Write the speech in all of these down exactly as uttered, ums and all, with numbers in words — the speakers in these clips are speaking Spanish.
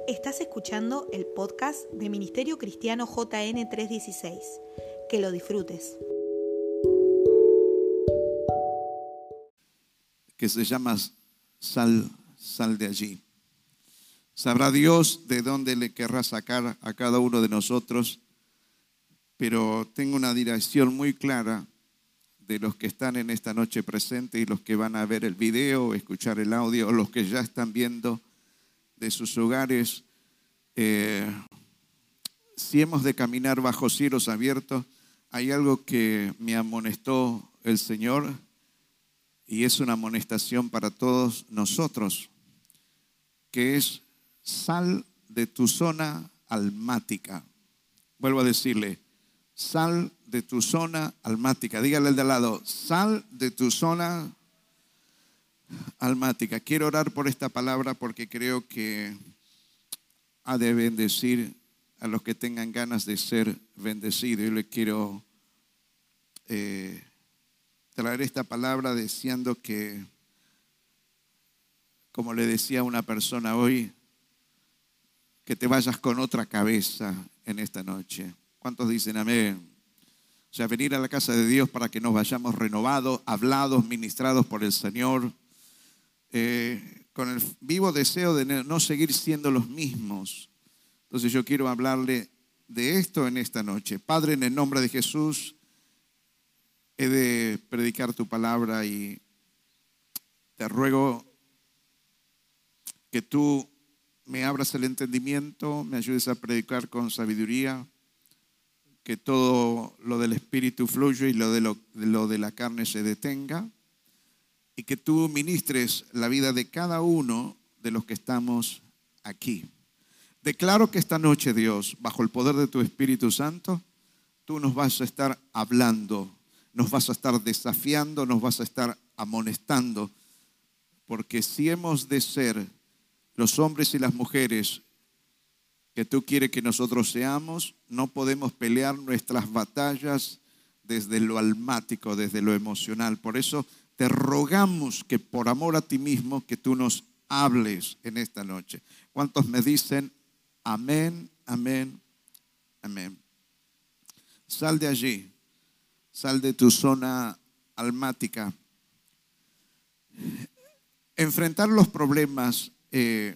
Estás escuchando el podcast de Ministerio Cristiano J N trescientos dieciséis. Que lo disfrutes. Que se llama Sal, sal de allí. Sabrá Dios de dónde le querrá sacar a cada uno de nosotros, pero tengo una dirección muy clara de los que están en esta noche presentes y los que van a ver el video o escuchar el audio, o los que ya están viendo de sus hogares. Eh, si hemos de caminar bajo cielos abiertos, hay algo que me amonestó el Señor y es una amonestación para todos nosotros, que es: sal de tu zona almática. Vuelvo a decirle, sal de tu zona almática. Dígale al de al lado, sal de tu zona almática. Quiero orar por esta palabra porque creo que ha de bendecir a los que tengan ganas de ser bendecidos. Yo le quiero eh, traer esta palabra deseando que, como le decía a una persona hoy, que te vayas con otra cabeza en esta noche. ¿Cuántos dicen amén? O sea, venir a la casa de Dios para que nos vayamos renovados, hablados, ministrados por el Señor, eh, con el vivo deseo de no seguir siendo los mismos. Entonces yo quiero hablarle de esto en esta noche. Padre, en el nombre de Jesús, he de predicar tu palabra y te ruego que tú me abras el entendimiento, me ayudes a predicar con sabiduría, que todo lo del Espíritu fluya y lo de, lo, lo de la carne se detenga, y que tú ministres la vida de cada uno de los que estamos aquí. Declaro que esta noche, Dios, bajo el poder de tu Espíritu Santo, tú nos vas a estar hablando, nos vas a estar desafiando, nos vas a estar amonestando, porque si hemos de ser los hombres y las mujeres que tú quieres que nosotros seamos, no podemos pelear nuestras batallas desde lo almático, desde lo emocional. Por eso te rogamos que por amor a ti mismo, que tú nos hables en esta noche. ¿Cuántos me dicen amén, amén, amén? Sal de allí, sal de tu zona almática. Enfrentar los problemas eh,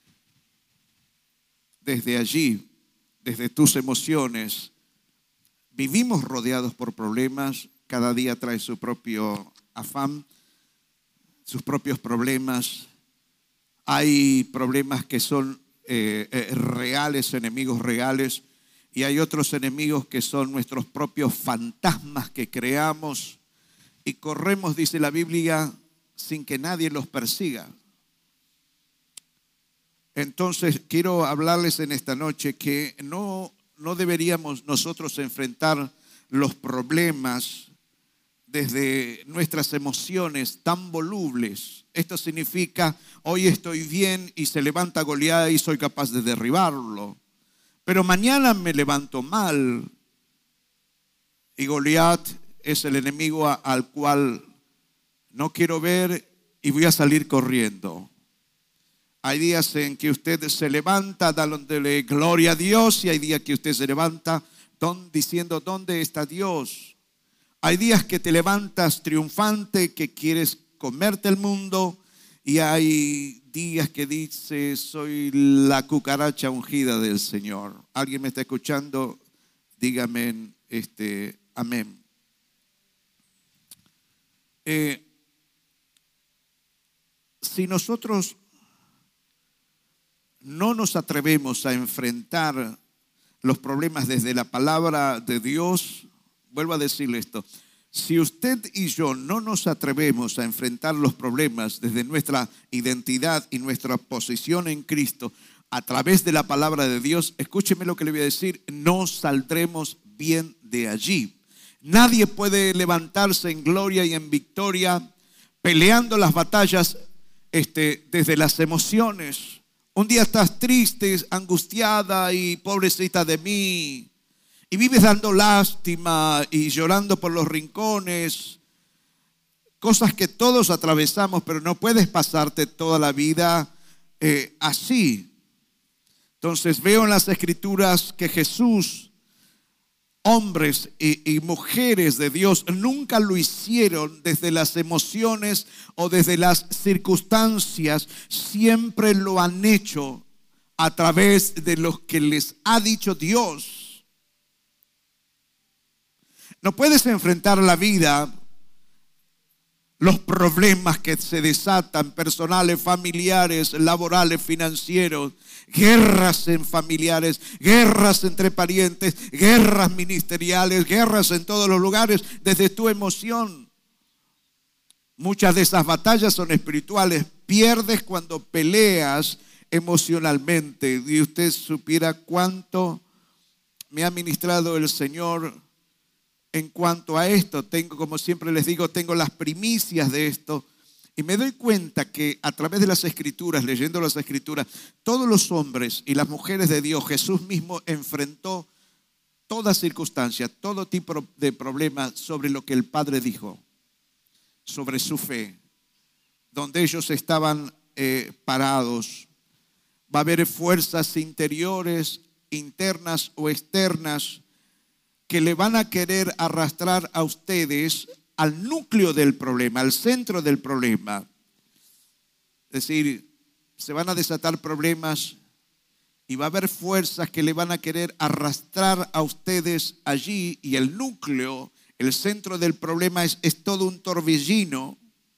desde allí, desde tus emociones. Vivimos rodeados por problemas, cada día trae su propio afán, sus propios problemas. Hay problemas que son eh, eh, reales, enemigos reales, y hay otros enemigos que son nuestros propios fantasmas que creamos y corremos, dice la Biblia, sin que nadie los persiga. Entonces quiero hablarles en esta noche que no, no deberíamos nosotros enfrentar los problemas desde nuestras emociones tan volubles. Esto significa, hoy estoy bien y se levanta Goliat y soy capaz de derribarlo, pero mañana me levanto mal y Goliat es el enemigo a, al cual no quiero ver y voy a salir corriendo. Hay días en que usted se levanta dándole gloria a Dios y hay días que usted se levanta diciendo ¿dónde está Dios? Hay días que te levantas triunfante, que quieres comerte el mundo, y hay días que dices soy la cucaracha ungida del Señor. ¿Alguien me está escuchando? Dígame este, amén. Eh, si nosotros no nos atrevemos a enfrentar los problemas desde la palabra de Dios, vuelvo a decirle esto, si usted y yo no nos atrevemos a enfrentar los problemas desde nuestra identidad y nuestra posición en Cristo a través de la palabra de Dios, escúcheme lo que le voy a decir, no saldremos bien de allí. Nadie puede levantarse en gloria y en victoria peleando las batallas este, desde las emociones. Un día estás triste, angustiada y pobrecita de mí, y vives dando lástima y llorando por los rincones, cosas que todos atravesamos, pero no puedes pasarte toda la vida eh, así. Entonces veo en las Escrituras que Jesús, hombres y, y mujeres de Dios, nunca lo hicieron desde las emociones o desde las circunstancias. Siempre lo han hecho a través de lo que les ha dicho Dios. No puedes enfrentar la vida, los problemas que se desatan, personales, familiares, laborales, financieros, guerras en familiares, guerras entre parientes, guerras ministeriales, guerras en todos los lugares, desde tu emoción. Muchas de esas batallas son espirituales. Pierdes cuando peleas emocionalmente. Y usted supiera cuánto me ha ministrado el Señor en cuanto a esto. Tengo, como siempre les digo, tengo las primicias de esto. Y me doy cuenta que a través de las Escrituras, leyendo las Escrituras, todos los hombres y las mujeres de Dios, Jesús mismo enfrentó toda circunstancia, todo tipo de problemas sobre lo que el Padre dijo, sobre su fe, donde ellos estaban eh, parados. Va a haber fuerzas interiores, internas o externas, que le van a querer arrastrar a ustedes al núcleo del problema, al centro del problema. Es decir, se van a desatar problemas y va a haber fuerzas que le van a querer arrastrar a ustedes allí, y el núcleo, el centro del problema es, es todo un torbellino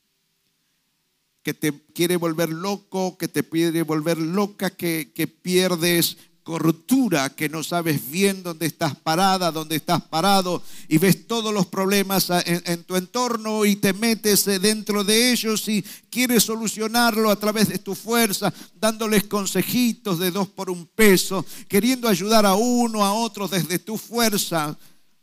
que te quiere volver loco, que te quiere volver loca, que, que pierdes cordura, que no sabes bien dónde estás parada, dónde estás parado, y ves todos los problemas en, en tu entorno y te metes dentro de ellos y quieres solucionarlo a través de tu fuerza, dándoles consejitos de dos por un peso, queriendo ayudar a uno, a otro desde tu fuerza.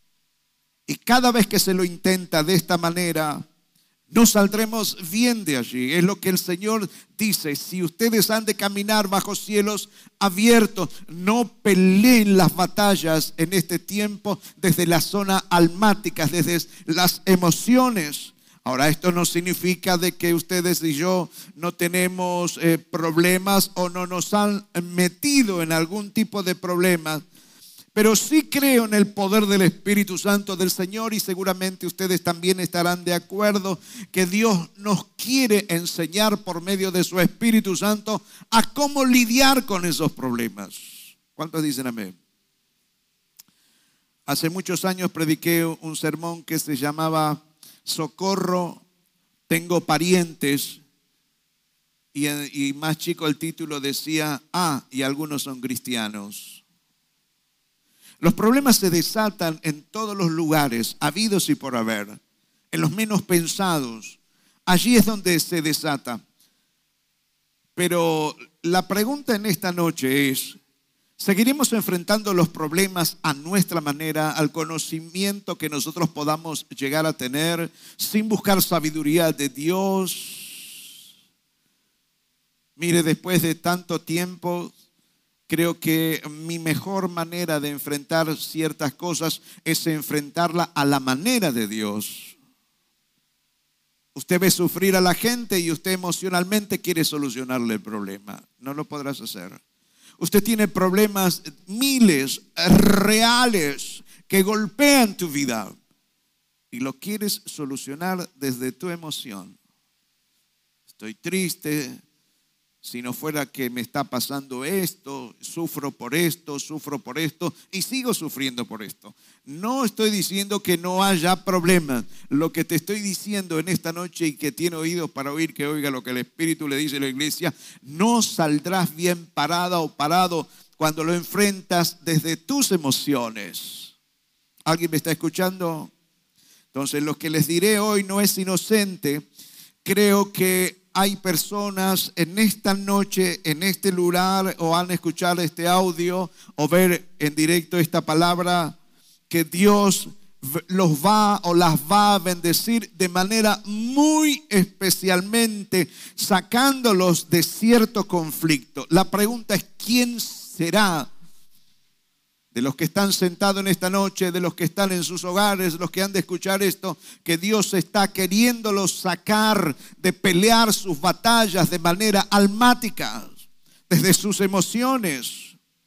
Y cada vez que se lo intenta de esta manera, no saldremos bien de allí. Es lo que el Señor dice: si ustedes han de caminar bajo cielos abiertos, no peleen las batallas en este tiempo desde la zona almática, desde las emociones. Ahora, esto no significa de que ustedes y yo no tenemos eh, problemas o no nos han metido en algún tipo de problemas. Pero sí creo en el poder del Espíritu Santo del Señor, y seguramente ustedes también estarán de acuerdo que Dios nos quiere enseñar por medio de su Espíritu Santo a cómo lidiar con esos problemas. ¿Cuántos dicen amén? Hace muchos años prediqué un sermón que se llamaba Socorro, tengo parientes, y, y más chico el título decía, ah, y algunos son cristianos. Los problemas se desatan en todos los lugares, habidos y por haber, en los menos pensados. Allí es donde se desata. Pero la pregunta en esta noche es, ¿seguiremos enfrentando los problemas a nuestra manera, al conocimiento que nosotros podamos llegar a tener, sin buscar sabiduría de Dios? Mire, después de tanto tiempo, creo que mi mejor manera de enfrentar ciertas cosas es enfrentarla a la manera de Dios. Usted ve sufrir a la gente y usted emocionalmente quiere solucionarle el problema. No lo podrás hacer. Usted tiene problemas miles, reales, que golpean tu vida y lo quieres solucionar desde tu emoción. Estoy triste. Si no fuera que me está pasando esto, sufro por esto, sufro por esto y sigo sufriendo por esto. No estoy diciendo que no haya problemas. Lo que te estoy diciendo en esta noche, y que tiene oídos para oír, que oiga lo que el Espíritu le dice a la iglesia, no saldrás bien parada o parado cuando lo enfrentas desde tus emociones. ¿Alguien me está escuchando? Entonces, lo que les diré hoy no es inocente. Creo que hay personas en esta noche, en este lugar, o han escuchado este audio o ver en directo esta palabra, que Dios los va o las va a bendecir de manera muy especialmente, sacándolos de cierto conflicto. La pregunta es, ¿quién será? De los que están sentados en esta noche, de los que están en sus hogares, los que han de escuchar esto, que Dios está queriéndolos sacar de pelear sus batallas de manera almática, desde sus emociones.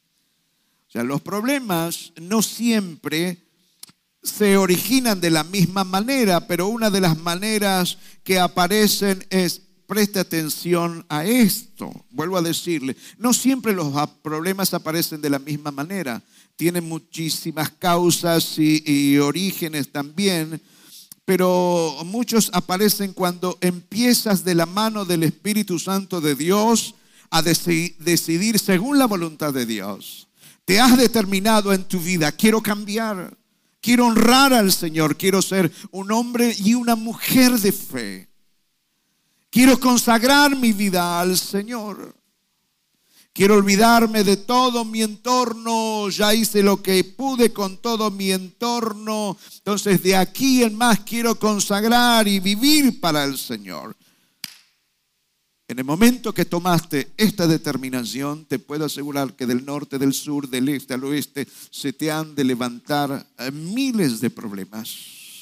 O sea, los problemas no siempre se originan de la misma manera, pero una de las maneras que aparecen es, preste atención a esto. Vuelvo a decirle, no siempre los problemas aparecen de la misma manera. Tienen muchísimas causas y, y orígenes también, pero muchos aparecen cuando empiezas de la mano del Espíritu Santo de Dios a deci- decidir según la voluntad de Dios. Te has determinado en tu vida, quiero cambiar, quiero honrar al Señor, quiero ser un hombre y una mujer de fe. Quiero consagrar mi vida al Señor. Quiero olvidarme de todo mi entorno. Ya hice lo que pude con todo mi entorno. Entonces de aquí en más quiero consagrar y vivir para el Señor. En el momento que tomaste esta determinación, te puedo asegurar que del norte, del sur, del este al oeste, se te han de levantar miles de problemas.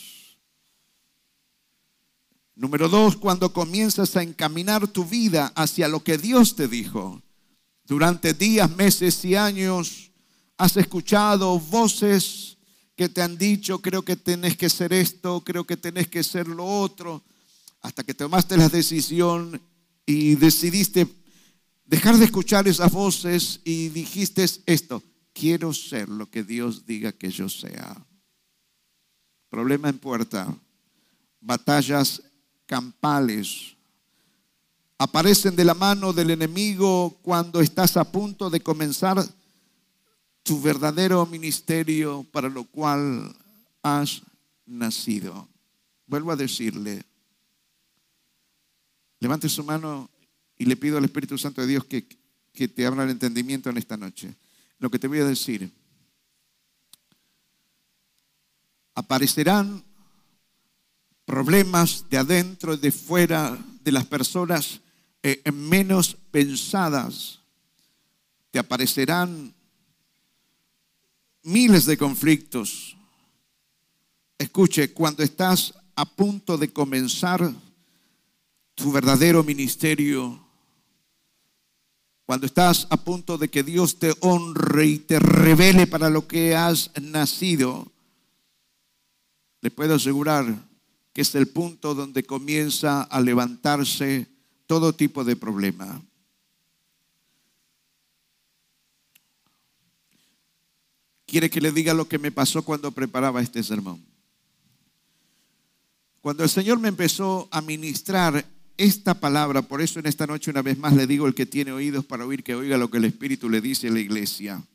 Número dos, cuando comienzas a encaminar tu vida hacia lo que Dios te dijo. Durante días, meses y años has escuchado voces que te han dicho, creo que tenés que ser esto, creo que tenés que ser lo otro, hasta que tomaste la decisión y decidiste dejar de escuchar esas voces y dijiste esto: quiero ser lo que Dios diga que yo sea. Problema en puerta, batallas campales aparecen de la mano del enemigo cuando estás a punto de comenzar tu verdadero ministerio para lo cual has nacido. Vuelvo a decirle, levante su mano y le pido al Espíritu Santo de Dios que, que te abra el entendimiento en esta noche. Lo que te voy a decir, aparecerán problemas de adentro y de fuera de las personas eh, menos pensadas. Te aparecerán miles de conflictos. Escuche, cuando estás a punto de comenzar tu verdadero ministerio, cuando estás a punto de que Dios te honre y te revele para lo que has nacido, le puedo asegurar que es el punto donde comienza a levantarse todo tipo de problema. ¿Quiere que le diga lo que me pasó cuando preparaba este sermón? Cuando el Señor me empezó a ministrar esta palabra, por eso en esta noche una vez más le digo, el que tiene oídos para oír, que oiga lo que el Espíritu le dice a la iglesia.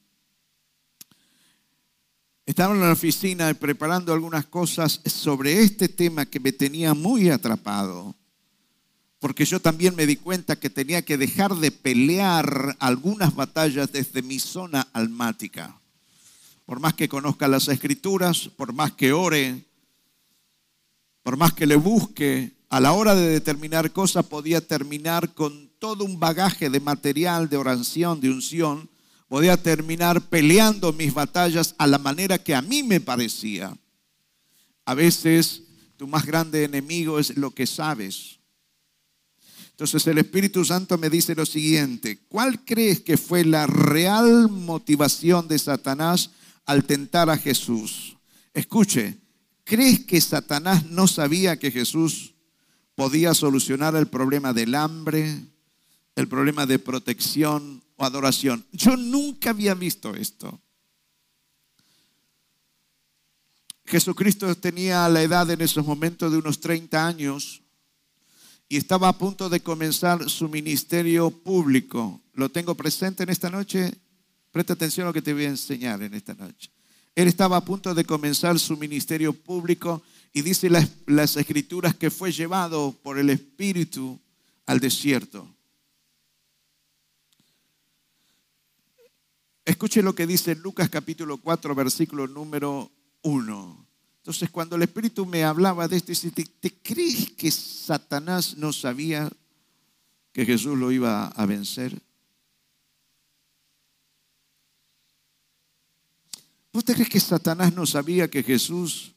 Estaba en la oficina preparando algunas cosas sobre este tema que me tenía muy atrapado, porque yo también me di cuenta que tenía que dejar de pelear algunas batallas desde mi zona almática. Por más que conozca las Escrituras, por más que ore, por más que le busque, a la hora de determinar cosas podía terminar con todo un bagaje de material, de oración, de unción. Podía terminar peleando mis batallas a la manera que a mí me parecía. A veces tu más grande enemigo es lo que sabes. Entonces el Espíritu Santo me dice lo siguiente: ¿cuál crees que fue la real motivación de Satanás al tentar a Jesús? Escuche, ¿crees que Satanás no sabía que Jesús podía solucionar el problema del hambre, el problema de protección o adoración? Yo nunca había visto esto. Jesucristo tenía la edad en esos momentos de unos treinta años y estaba a punto de comenzar su ministerio público. ¿Lo tengo presente en esta noche? Presta atención a lo que te voy a enseñar en esta noche. Él estaba a punto de comenzar su ministerio público y dice las, las Escrituras que fue llevado por el Espíritu al desierto. Escuche lo que dice Lucas capítulo cuatro, versículo número uno. Entonces, cuando el Espíritu me hablaba de esto, dice: ¿te, ¿te crees que Satanás no sabía que Jesús lo iba a vencer? ¿Vos te crees que Satanás no sabía que Jesús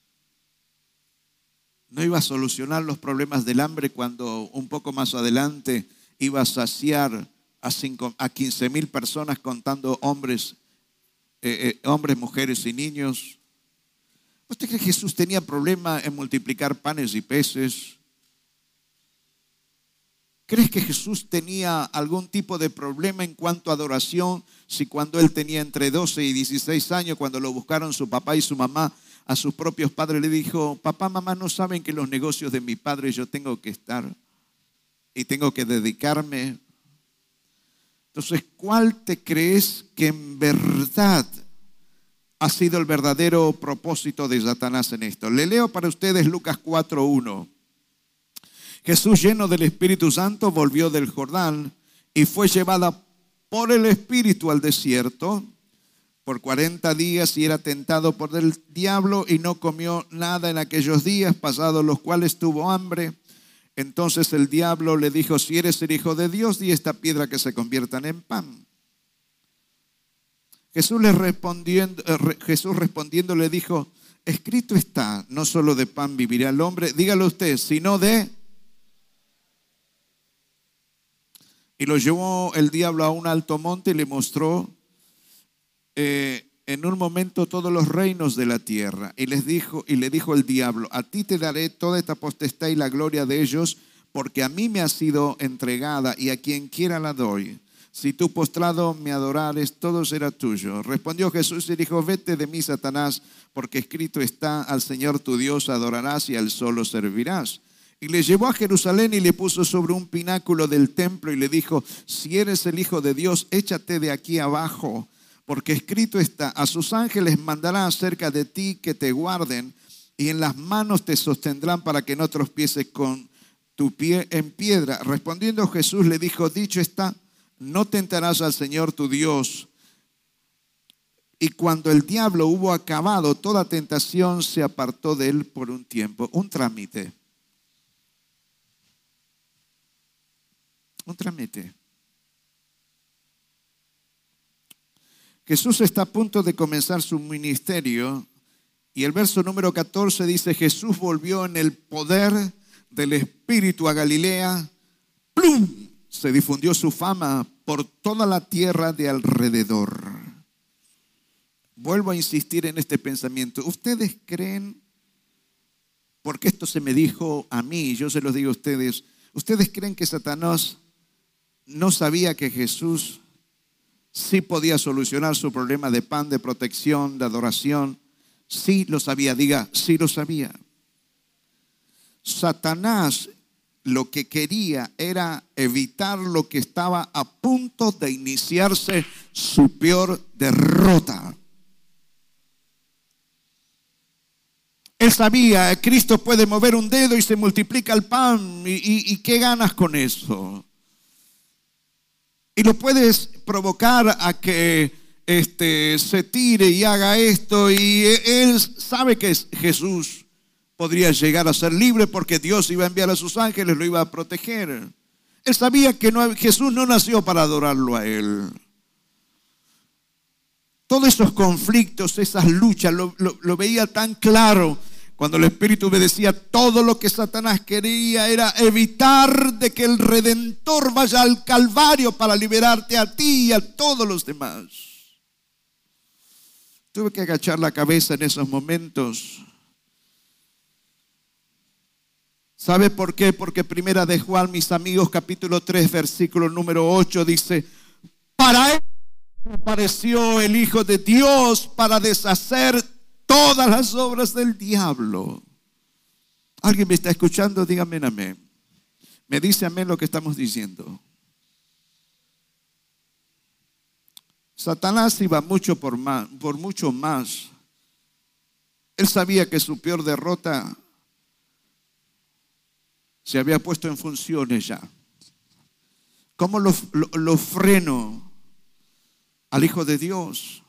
no iba a solucionar los problemas del hambre cuando un poco más adelante iba a saciar a, cinco, a quince mil personas, contando hombres eh, eh, hombres, mujeres y niños. ¿Usted cree que Jesús tenía problema en multiplicar panes y peces? ¿Crees que Jesús tenía algún tipo de problema en cuanto a adoración? Si cuando él tenía entre doce y dieciséis años, cuando lo buscaron su papá y su mamá, a sus propios padres le dijo: papá, mamá, ¿no saben que en los negocios de mi padre yo tengo que estar y tengo que dedicarme? Entonces, ¿cuál te crees que en verdad ha sido el verdadero propósito de Satanás en esto? Le leo para ustedes Lucas cuatro uno. Jesús, lleno del Espíritu Santo, volvió del Jordán y fue llevada por el Espíritu al desierto por cuarenta días y era tentado por el diablo y no comió nada en aquellos días, pasados los cuales tuvo hambre. Entonces el diablo le dijo: si eres el Hijo de Dios, di esta piedra que se conviertan en pan. Jesús, le respondiendo, Jesús respondiendo le dijo: escrito está, no solo de pan vivirá el hombre, dígalo usted, sino de... Y lo llevó el diablo a un alto monte y le mostró eh, en un momento todos los reinos de la tierra. Y les dijo, y le dijo el diablo: a ti te daré toda esta potestad y la gloria de ellos, porque a mí me ha sido entregada y a quien quiera la doy. Si tú postrado me adorares, todo será tuyo. Respondió Jesús y dijo: vete de mí, Satanás, porque escrito está: al Señor tu Dios adorarás y al solo servirás. Y le llevó a Jerusalén y le puso sobre un pináculo del templo y le dijo: si eres el Hijo de Dios, échate de aquí abajo, porque escrito está: a sus ángeles mandará acerca de ti que te guarden, y en las manos te sostendrán para que no tropieces con tu pie en piedra. Respondiendo Jesús le dijo: dicho está, no tentarás al Señor tu Dios. Y cuando el diablo hubo acabado toda tentación, se apartó de él por un tiempo. Un trámite. Un trámite. Jesús está a punto de comenzar su ministerio y el verso número catorce dice: Jesús volvió en el poder del Espíritu a Galilea. ¡Plum! Se difundió su fama por toda la tierra de alrededor. Vuelvo a insistir en este pensamiento. ¿Ustedes creen, porque esto se me dijo a mí, yo se los digo a ustedes, ¿ustedes creen que Satanás no sabía que Jesús sí podía solucionar su problema de pan, de protección, de adoración? Sí lo sabía, diga, sí lo sabía. Satanás lo que quería era evitar lo que estaba a punto de iniciarse su peor derrota. Él sabía, Cristo puede mover un dedo y se multiplica el pan. ¿Y, y, y qué ganas con eso? Y lo puedes provocar a que este, se tire y haga esto. Y él sabe que Jesús podría llegar a ser libre porque Dios iba a enviar a sus ángeles, lo iba a proteger. Él sabía que no, Jesús no nació para adorarlo a él. Todos esos conflictos, esas luchas, lo, lo, lo veía tan claro. Cuando el Espíritu me decía, todo lo que Satanás quería era evitar de que el Redentor vaya al Calvario para liberarte a ti y a todos los demás. Tuve que agachar la cabeza en esos momentos. ¿Sabe por qué? Porque primera de Juan, mis amigos, capítulo tres, versículo número ocho, dice: para él apareció el Hijo de Dios para deshacer todas las obras del diablo. ¿Alguien me está escuchando? Dígame amén. Me dice amén lo que estamos diciendo. Satanás iba mucho por más, por mucho más. Él sabía que su peor derrota se había puesto en funciones ya. ¿Cómo lo, lo, lo freno al Hijo de Dios?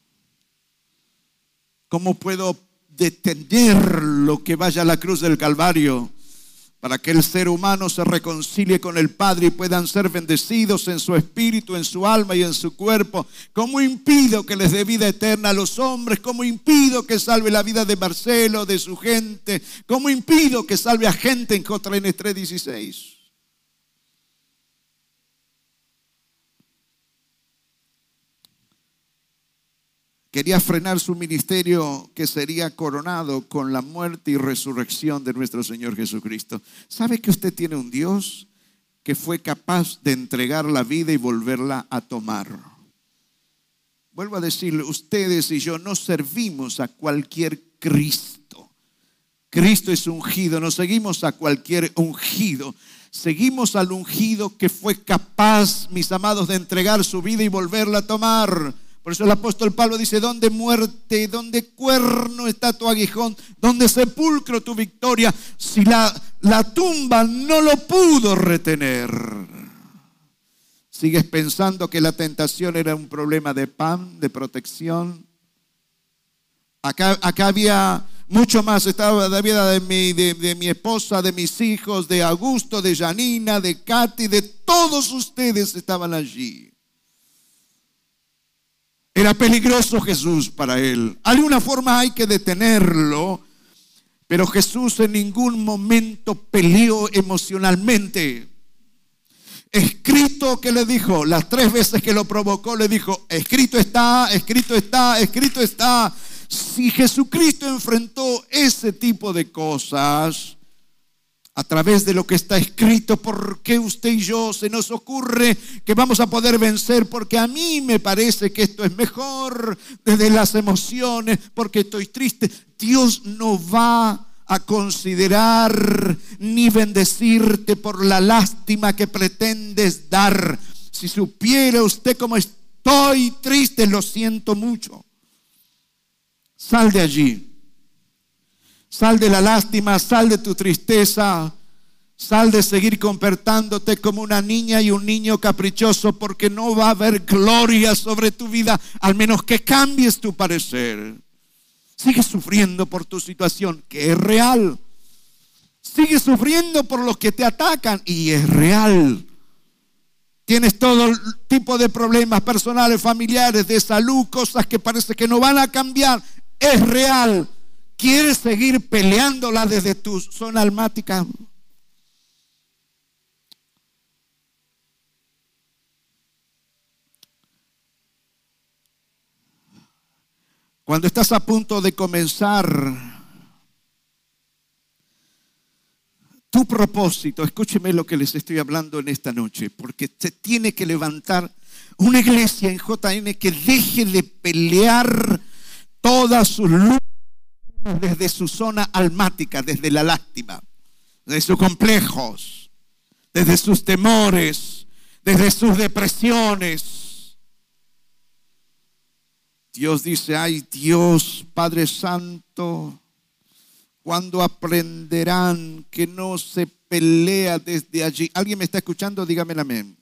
¿Cómo puedo detener lo que vaya a la cruz del Calvario para que el ser humano se reconcilie con el Padre y puedan ser bendecidos en su espíritu, en su alma y en su cuerpo? ¿Cómo impido que les dé vida eterna a los hombres? ¿Cómo impido que salve la vida de Marcelo, de su gente? ¿Cómo impido que salve a gente en J N tres dieciséis? quería frenar su ministerio que sería coronado con la muerte y resurrección de nuestro Señor Jesucristo. ¿Sabe que usted tiene un Dios que fue capaz de entregar la vida y volverla a tomar? Vuelvo a decirle, ustedes y yo no servimos a cualquier Cristo. Cristo es ungido, no seguimos a cualquier ungido. Seguimos al ungido que fue capaz, mis amados, de entregar su vida y volverla a tomar. Por eso el apóstol Pablo dice, ¿dónde muerte, dónde cuerno está tu aguijón? ¿Dónde sepulcro tu victoria? Si la, la tumba no lo pudo retener. ¿Sigues pensando que la tentación era un problema de pan, de protección? Acá, acá había mucho más. Estaba la vida de mi, de, de mi esposa, de mis hijos, de Augusto, de Janina, de Katy, de todos ustedes estaban allí. Era peligroso Jesús para él. De alguna forma hay que detenerlo, pero Jesús en ningún momento peleó emocionalmente. Escrito, que le dijo, las tres veces que lo provocó, le dijo, escrito está, escrito está, escrito está. Si Jesucristo enfrentó ese tipo de cosas a través de lo que está escrito, ¿por qué usted y yo se nos ocurre que vamos a poder vencer? Porque a mí me parece que esto es mejor desde las emociones, porque estoy triste. Dios no va a considerar ni bendecirte por la lástima que pretendes dar. Si supiera usted cómo estoy triste, lo siento mucho. Sal de allí. Sal de la lástima, sal de tu tristeza, sal de seguir comportándote como una niña y un niño caprichoso, porque no va a haber gloria sobre tu vida, al menos que cambies tu parecer. Sigue sufriendo por tu situación, que es real. Sigue sufriendo por los que te atacan, y es real. Tienes todo tipo de problemas personales, familiares, de salud, cosas que parece que no van a cambiar. Es real. ¿Quieres seguir peleándola desde tu zona almática? Cuando estás a punto de comenzar tu propósito, escúcheme lo que les estoy hablando en esta noche, porque se tiene que levantar una iglesia en J N que deje de pelear todas sus luchas desde su zona almática, desde la lástima, desde sus complejos, desde sus temores, desde sus depresiones. Dios dice, ay Dios, Padre Santo, ¿cuándo aprenderán que no se pelea desde allí? ¿Alguien me está escuchando? Dígame el amén.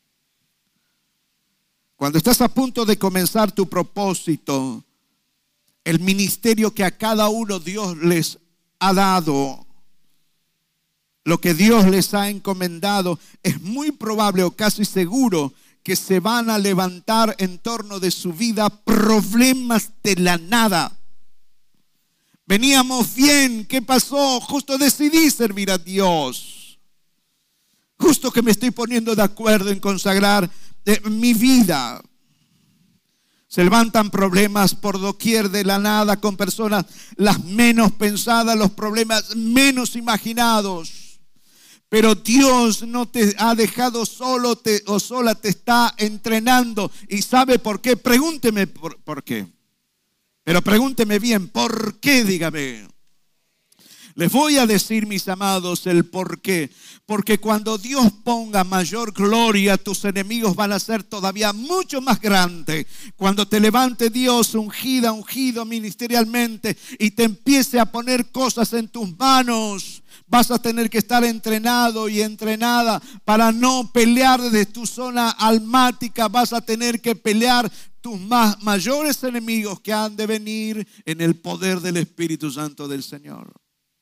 Cuando estás a punto de comenzar tu propósito, el ministerio que a cada uno Dios les ha dado, lo que Dios les ha encomendado, es muy probable o casi seguro que se van a levantar en torno de su vida problemas de la nada. Veníamos bien, ¿qué pasó? Justo decidí servir a Dios. Justo que me estoy poniendo de acuerdo en consagrar eh, mi vida. Se levantan problemas por doquier de la nada con personas las menos pensadas, los problemas menos imaginados. Pero Dios no te ha dejado solo te, o sola, te está entrenando. ¿Y sabe por qué? Pregúnteme por, por qué. Pero pregúnteme bien, ¿por qué? Dígame. Les voy a decir, mis amados, el por qué. Porque cuando Dios ponga mayor gloria, tus enemigos van a ser todavía mucho más grandes. Cuando te levante Dios ungida, ungido ministerialmente y te empiece a poner cosas en tus manos, vas a tener que estar entrenado y entrenada para no pelear desde tu zona almática. Vas a tener que pelear tus más mayores enemigos que han de venir en el poder del Espíritu Santo del Señor.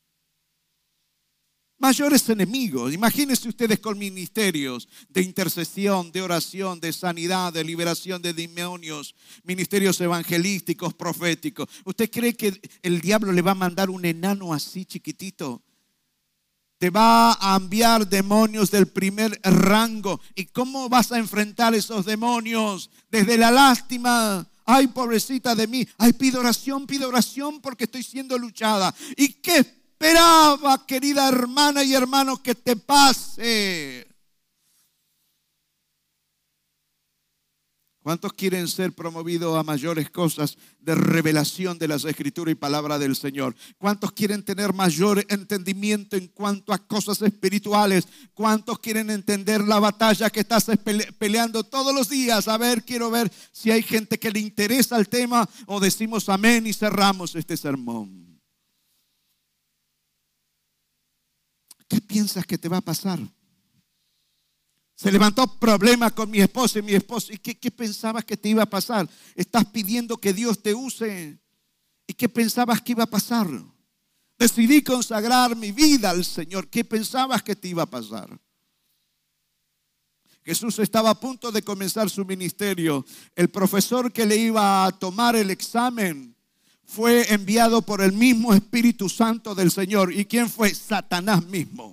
Mayores enemigos. Imagínense ustedes con ministerios de intercesión, de oración, de sanidad, de liberación de demonios, ministerios evangelísticos, proféticos. ¿Usted cree que el diablo le va a mandar un enano así chiquitito? Te va a enviar demonios del primer rango. ¿Y cómo vas a enfrentar esos demonios? Desde la lástima. Ay, pobrecita de mí. Ay, pido oración, pido oración porque estoy siendo luchada. ¿Y qué esperaba, querida hermana y hermano, que te pase? ¿Cuántos quieren ser promovidos a mayores cosas de revelación de las Escrituras y palabra del Señor? ¿Cuántos quieren tener mayor entendimiento en cuanto a cosas espirituales? ¿Cuántos quieren entender la batalla que estás peleando todos los días? A ver, quiero ver si hay gente que le interesa el tema o decimos amén y cerramos este sermón. ¿Qué piensas que te va a pasar? Se levantó problema con mi esposo y mi esposo. ¿Y qué, qué pensabas que te iba a pasar? Estás pidiendo que Dios te use. ¿Y qué pensabas que iba a pasar? Decidí consagrar mi vida al Señor. ¿Qué pensabas que te iba a pasar? Jesús estaba a punto de comenzar su ministerio. El profesor que le iba a tomar el examen fue enviado por el mismo Espíritu Santo del Señor. ¿Y quién fue? Satanás mismo.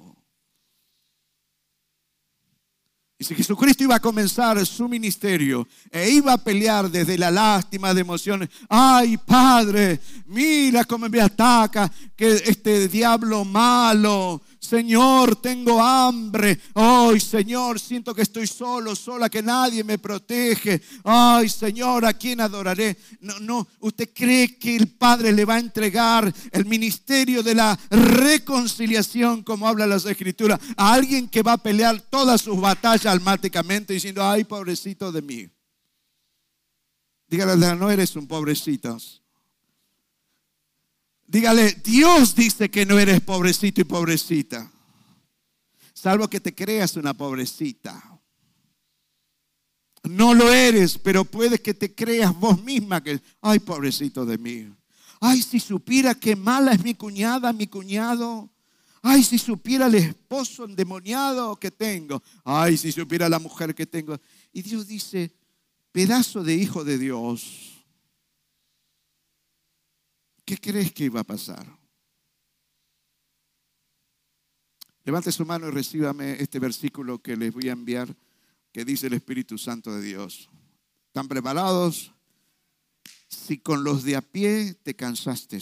Y si Jesucristo iba a comenzar su ministerio e iba a pelear desde la lástima de emociones, ay Padre, mira cómo me ataca, que este diablo malo, Señor, tengo hambre, ay Señor, siento que estoy solo, sola, que nadie me protege, ay Señor, ¿a quién adoraré? No, no, ¿usted cree que el Padre le va a entregar el ministerio de la reconciliación, como habla las Escrituras, a alguien que va a pelear todas sus batallas almáticamente diciendo, ay pobrecito de mí? Dígale, no eres un pobrecito. Dígale, Dios dice que no eres pobrecito y pobrecita, salvo que te creas una pobrecita. No lo eres, pero puede que te creas vos misma que, ay pobrecito de mí. Ay, si supiera qué mala es mi cuñada, mi cuñado. Ay, si supiera el esposo endemoniado que tengo. Ay, si supiera la mujer que tengo. Y Dios dice, pedazo de hijo de Dios, ¿qué crees que iba a pasar? Levante su mano y recíbame este versículo que les voy a enviar, que dice el Espíritu Santo de Dios. ¿Están preparados? Si con los de a pie te cansaste,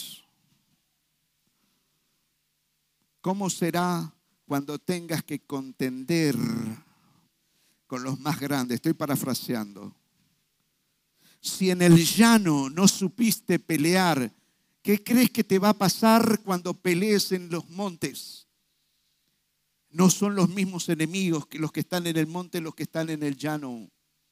¿cómo será cuando tengas que contender con los más grandes? Estoy parafraseando. Si en el llano no supiste pelear, ¿qué crees que te va a pasar cuando pelees en los montes? No son los mismos enemigos que los que están en el monte, los que están en el llano.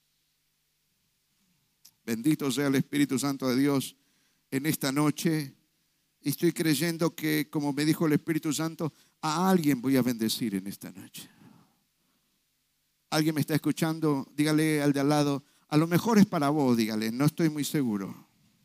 Bendito sea el Espíritu Santo de Dios en esta noche. Y estoy creyendo que, como me dijo el Espíritu Santo, a alguien voy a bendecir en esta noche. ¿Alguien me está escuchando? Dígale al de al lado, a lo mejor es para vos, dígale, no estoy muy seguro.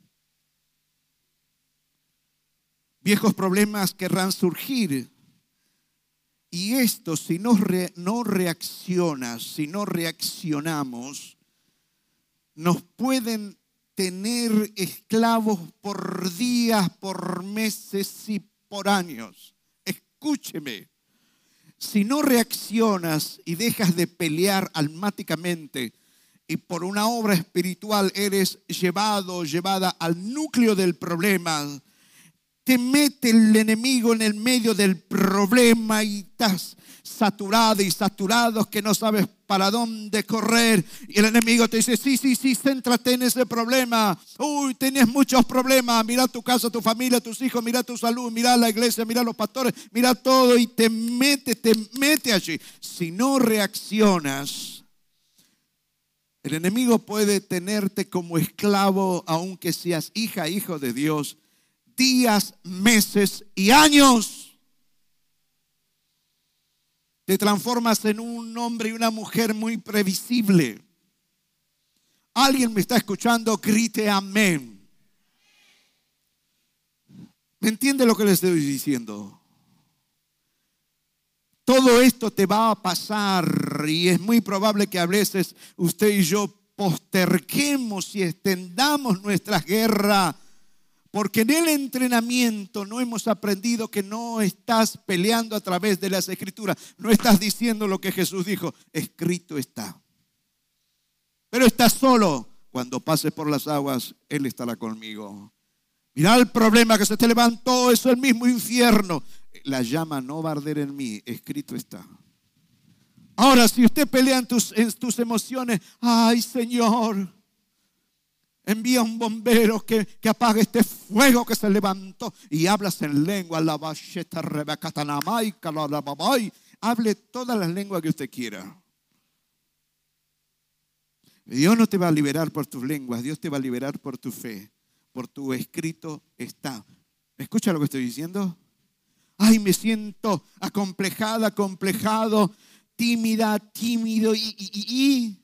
Viejos problemas querrán surgir. Y esto, si no, re, no reaccionas, si no reaccionamos, nos pueden tener esclavos por días, por meses y por años. Escúcheme, si no reaccionas y dejas de pelear almáticamente y por una obra espiritual eres llevado o llevada al núcleo del problema, te mete el enemigo en el medio del problema y estás saturado y saturados que no sabes para dónde correr. Y el enemigo te dice, sí, sí, sí, céntrate en ese problema. Uy, tienes muchos problemas. Mira tu casa, tu familia, tus hijos, mira tu salud, mira la iglesia, mira los pastores, mira todo y te mete, te mete allí. Si no reaccionas, el enemigo puede tenerte como esclavo, aunque seas hija, hijo de Dios, días, meses y años. Te transformas en un hombre y una mujer muy previsible. Alguien me está escuchando, grite amén. ¿Me entiende lo que le estoy diciendo? Todo esto te va a pasar y es muy probable que a veces usted y yo posterguemos y extendamos nuestra guerra. Porque en el entrenamiento no hemos aprendido que no estás peleando a través de las Escrituras. No estás diciendo lo que Jesús dijo, escrito está. Pero estás solo Cuando pases por las aguas, Él estará conmigo. Mirá el problema que se te levantó, eso es el mismo infierno. La llama no va a arder en mí, escrito está. Ahora, si usted pelea en tus, en tus emociones, ay Señor, envía un bombero que, que apague este fuego que se levantó. Y hablas en lengua. Hable todas las lenguas que usted quiera. Dios no te va a liberar por tus lenguas. Dios te va a liberar por tu fe. Por tu escrito está. ¿Escucha lo que estoy diciendo? Ay, me siento acomplejada, acomplejado, tímida, tímido. Y, y, y, y.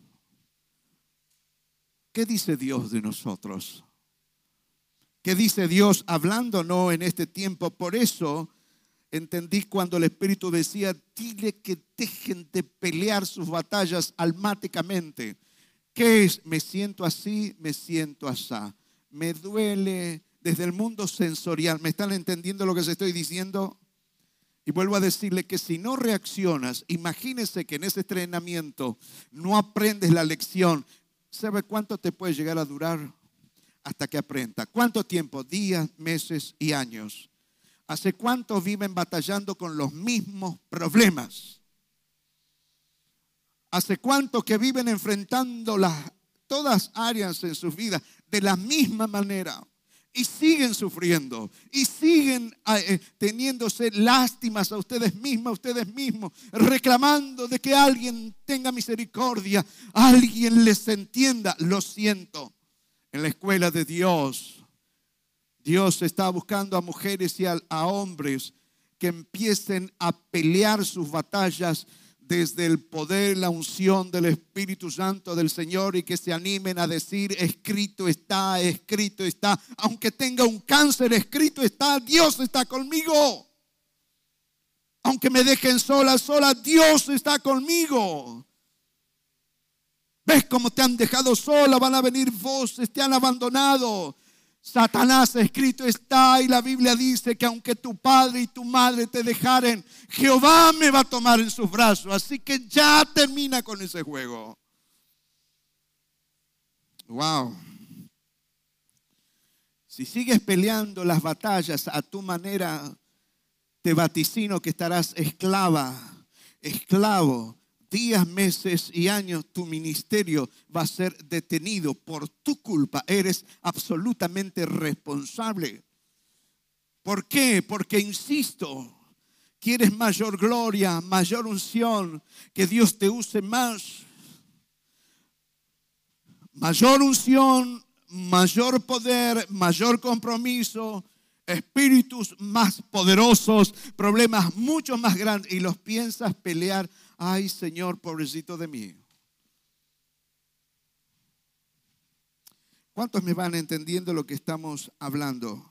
¿Qué dice Dios de nosotros? ¿Qué dice Dios hablándonos en este tiempo? Por eso entendí cuando el Espíritu decía, dile que dejen de pelear sus batallas almáticamente. ¿Qué es? Me siento así, me siento así. Me duele desde el mundo sensorial. ¿Me están entendiendo lo que se estoy diciendo? Y vuelvo a decirle que si no reaccionas, imagínese que en ese entrenamiento no aprendes la lección. ¿Sabe cuánto te puede llegar a durar? Hasta que aprenda. ¿Cuánto tiempo? Días, meses y años. ¿Hace cuánto viven batallando con los mismos problemas? ¿Hace cuánto que viven enfrentando las, todas áreas en sus vidas de la misma manera? Y siguen sufriendo. Y siguen eh, teniéndose lástimas a ustedes mismas, a ustedes mismos. Reclamando de que alguien tenga misericordia. Alguien les entienda. Lo siento. En la escuela de Dios, Dios está buscando a mujeres y a, a hombres que empiecen a pelear sus batallas desde el poder, la unción del Espíritu Santo del Señor y que se animen a decir, escrito está, escrito está. Aunque tenga un cáncer, escrito está, Dios está conmigo. Aunque me dejen sola, sola, Dios está conmigo. ¿Ves cómo te han dejado sola? Van a venir voces, te han abandonado. Satanás, escrito está, y la Biblia dice que aunque tu padre y tu madre te dejaren, Jehová me va a tomar en sus brazos. Así que ya termina con ese juego. Wow. Si sigues peleando las batallas a tu manera, te vaticino que estarás esclava, esclavo. Días, meses y años tu ministerio va a ser detenido por tu culpa. Eres absolutamente responsable. ¿Por qué? Porque insisto, quieres mayor gloria, mayor unción, que Dios te use más. Mayor unción, mayor poder, mayor compromiso, espíritus más poderosos, problemas mucho más grandes y los piensas pelear. Ay, Señor, pobrecito de mí. ¿Cuántos me van entendiendo lo que estamos hablando?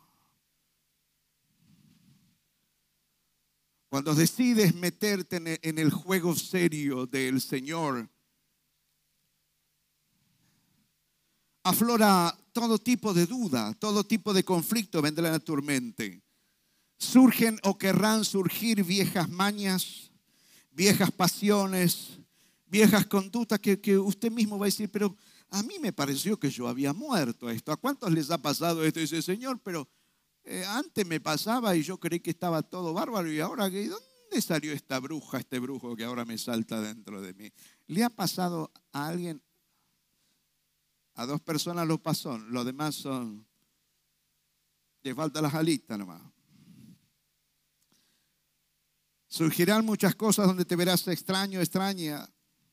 Cuando decides meterte en el juego serio del Señor, aflora todo tipo de duda, todo tipo de conflicto vendrán a tu mente. Surgen o querrán surgir viejas mañas, viejas pasiones, viejas conductas que, que usted mismo va a decir, pero a mí me pareció que yo había muerto esto. ¿A cuántos les ha pasado esto? Y dice, Señor, pero eh, antes me pasaba y yo creí que estaba todo bárbaro y ahora, ¿de dónde salió esta bruja, este brujo que ahora me salta dentro de mí? ¿Le ha pasado a alguien? A dos personas lo pasó, los demás son, le faltan las alitas nomás. Surgirán muchas cosas donde te verás extraño, extraña.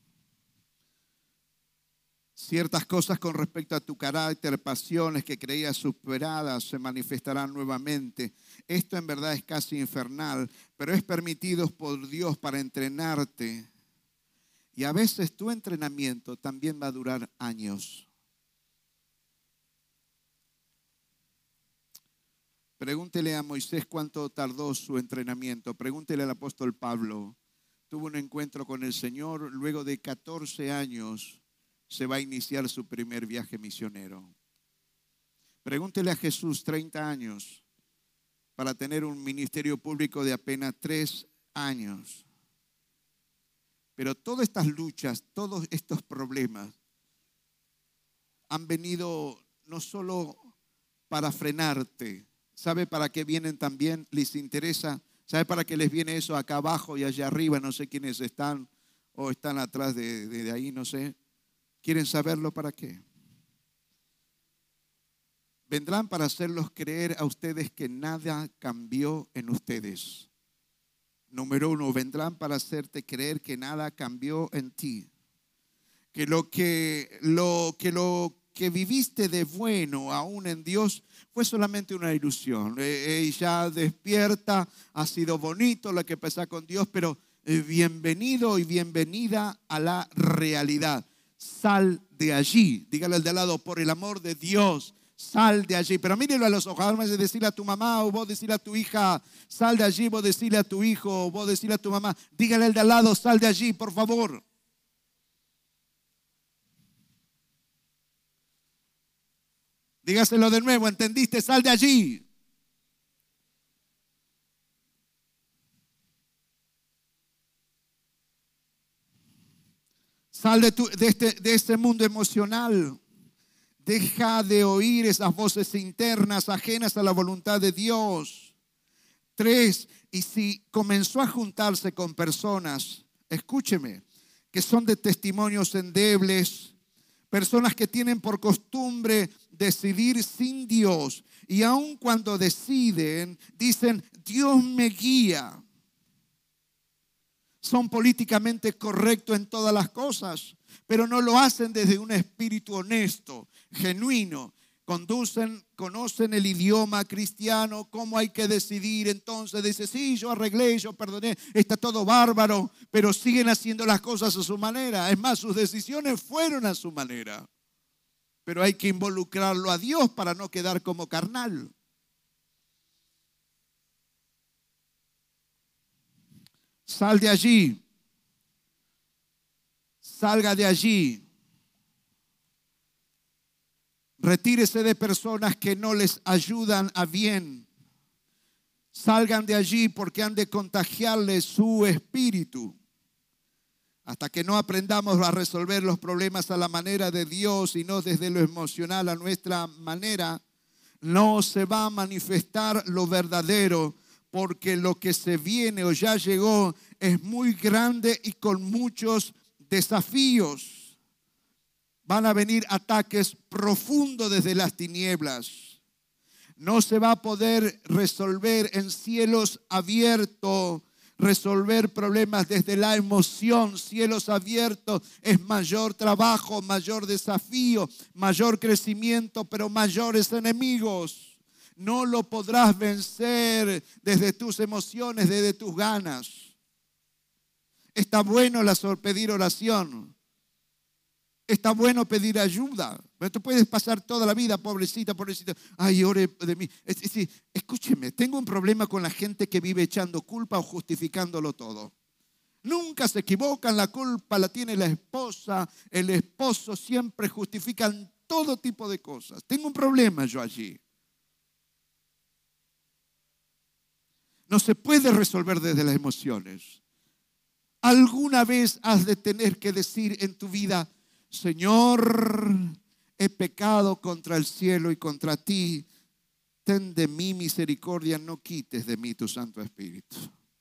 Ciertas cosas con respecto a tu carácter, pasiones que creías superadas se manifestarán nuevamente. Esto en verdad es casi infernal, pero es permitido por Dios para entrenarte. Y a veces tu entrenamiento también va a durar años. Pregúntele a Moisés cuánto tardó su entrenamiento. Pregúntele al apóstol Pablo. Tuvo un encuentro con el Señor. Luego de catorce años se va a iniciar su primer viaje misionero. Pregúntele a Jesús, treinta años, para tener un ministerio público de apenas tres años. Pero todas estas luchas, todos estos problemas, han venido no solo para frenarte. ¿Sabe para qué vienen también? ¿Les interesa? ¿Sabe para qué les viene eso acá abajo y allá arriba? No sé quiénes están o están atrás de, de, de ahí, no sé. ¿Quieren saberlo para qué? Vendrán para hacerlos creer a ustedes que nada cambió en ustedes. Número uno, vendrán para hacerte creer que nada cambió en ti. Que lo que, lo, que lo que viviste de bueno aún en Dios fue solamente una ilusión. Eh, eh, ya despierta, ha sido bonito lo que pasa con Dios, pero eh, bienvenido y bienvenida a la realidad. Sal de allí. Dígale al de al lado, por el amor de Dios, sal de allí. Pero mírelo a los ojos. Además de decirle a tu mamá o vos decirle a tu hija, sal de allí, vos decirle a tu hijo o vos decirle a tu mamá, dígale al de al lado, sal de allí, por favor. Dígaselo de nuevo, ¿entendiste? Sal de allí. Sal de, tu, de, este, de este mundo emocional. Deja de oír esas voces internas ajenas a la voluntad de Dios. Tres, y si comenzó a juntarse con personas, escúcheme, que son de testimonios endebles, personas que tienen por costumbre decidir sin Dios y aun cuando deciden, dicen, Dios me guía. Son políticamente correctos en todas las cosas, pero no lo hacen desde un espíritu honesto, genuino. Conducen, conocen el idioma cristiano, cómo hay que decidir. Entonces dice, sí, yo arreglé, yo perdoné, está todo bárbaro, pero siguen haciendo las cosas a su manera. Es más, sus decisiones fueron a su manera. Pero hay que involucrarlo a Dios para no quedar como carnal. Sal de allí. Salga de allí. Retírese de personas que no les ayudan a bien. Salgan de allí porque han de contagiarles su espíritu. Hasta que no aprendamos a resolver los problemas a la manera de Dios y no desde lo emocional a nuestra manera, no se va a manifestar lo verdadero, porque lo que se viene o ya llegó es muy grande y con muchos desafíos. Van a venir ataques profundos desde las tinieblas. No se va a poder resolver en cielos abiertos, resolver problemas desde la emoción. Cielos abiertos es mayor trabajo, mayor desafío, mayor crecimiento, pero mayores enemigos. No lo podrás vencer desde tus emociones, desde tus ganas. Está bueno la pedir oración. Está bueno pedir ayuda. Pero tú puedes pasar toda la vida, pobrecita, pobrecita. Ay, ore de mí. Es, es, es, escúcheme, tengo un problema con la gente que vive echando culpa o justificándolo todo. Nunca se equivocan, la culpa la tiene la esposa, el esposo, siempre justifican todo tipo de cosas. Tengo un problema yo allí. No se puede resolver desde las emociones. Alguna vez has de tener que decir en tu vida, Señor, he pecado contra el cielo y contra ti. Ten de mí misericordia, no quites de mí tu Santo Espíritu.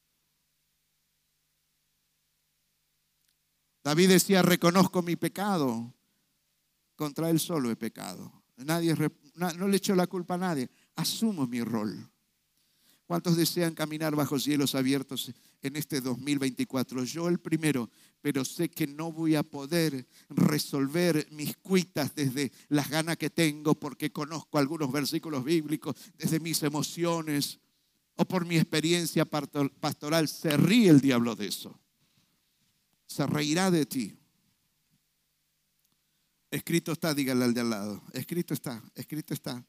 David decía, reconozco mi pecado. Contra él solo he pecado. Nadie, no le echo la culpa a nadie. Asumo mi rol. ¿Cuántos desean caminar bajo cielos abiertos en este dos mil veinticuatro? Yo el primero, pero sé que no voy a poder resolver mis cuitas desde las ganas que tengo porque conozco algunos versículos bíblicos, desde mis emociones o por mi experiencia pastoral. Se ríe el diablo de eso. Se reirá de ti. Escrito está, dígale al de al lado. Escrito está, escrito está.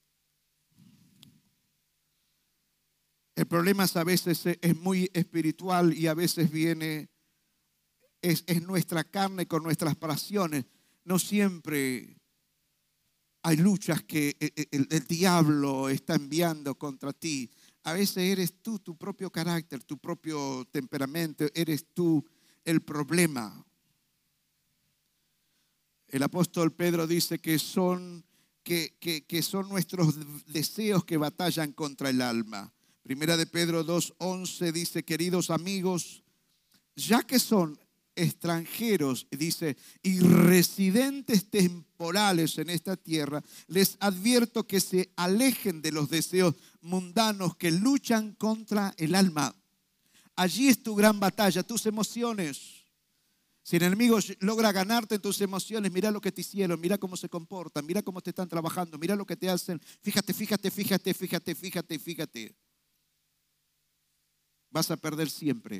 El problema es a veces es muy espiritual y a veces viene, es, es nuestra carne con nuestras pasiones. No siempre hay luchas que el, el, el diablo está enviando contra ti. A veces eres tú, tu propio carácter, tu propio temperamento, eres tú el problema. El apóstol Pedro dice que son, que, que, que son nuestros deseos que batallan contra el alma. Primera de Pedro dos once dice, queridos amigos, ya que son extranjeros, dice, y residentes temporales en esta tierra, les advierto que se alejen de los deseos mundanos que luchan contra el alma. Allí es tu gran batalla, tus emociones. Si el enemigo logra ganarte en tus emociones, mira lo que te hicieron, mira cómo se comportan, mira cómo te están trabajando, mira lo que te hacen. Fíjate, fíjate, fíjate, fíjate, fíjate, fíjate. Vas a perder siempre.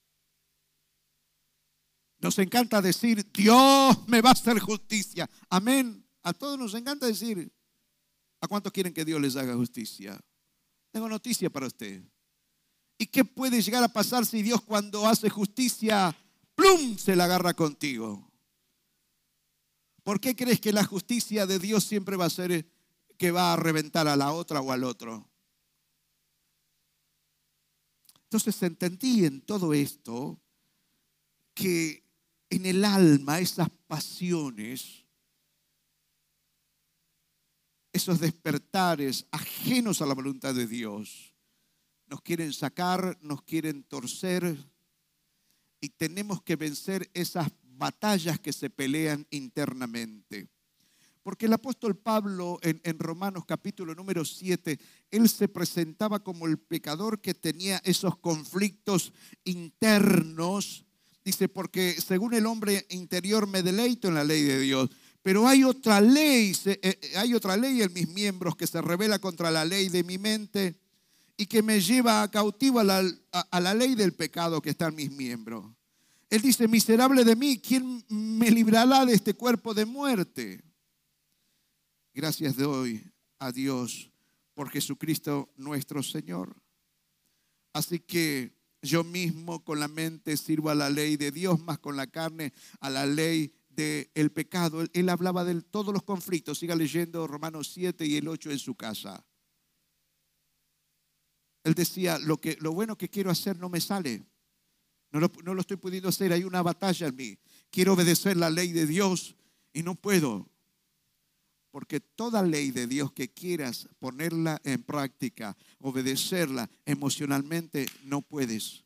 Nos encanta decir, Dios me va a hacer justicia. Amén. A todos nos encanta decir, ¿a cuántos quieren que Dios les haga justicia? Tengo noticia para usted. ¿Y qué puede llegar a pasar si Dios cuando hace justicia, plum, se la agarra contigo? ¿Por qué crees que la justicia de Dios siempre va a ser que va a reventar a la otra o al otro? Entonces entendí en todo esto que en el alma esas pasiones, esos despertares ajenos a la voluntad de Dios, nos quieren sacar, nos quieren torcer y tenemos que vencer esas batallas que se pelean internamente. Porque el apóstol Pablo en, en Romanos capítulo número siete, él se presentaba como el pecador que tenía esos conflictos internos. Dice, porque según el hombre interior me deleito en la ley de Dios. Pero hay otra ley, se, eh, hay otra ley en mis miembros que se revela contra la ley de mi mente y que me lleva cautivo a la, a, a la ley del pecado que está en mis miembros. Él dice, miserable de mí, ¿quién me librará de este cuerpo de muerte? Gracias doy a Dios por Jesucristo nuestro Señor. Así que yo mismo con la mente sirvo a la ley de Dios, más con la carne a la ley del pecado. Él, él hablaba de todos los conflictos. Siga leyendo Romanos siete y el ocho en su casa. Él decía, lo, que, lo bueno que quiero hacer no me sale. No lo, no lo estoy pudiendo hacer, hay una batalla en mí. Quiero obedecer la ley de Dios y no puedo. Porque toda ley de Dios que quieras ponerla en práctica, obedecerla emocionalmente, no puedes.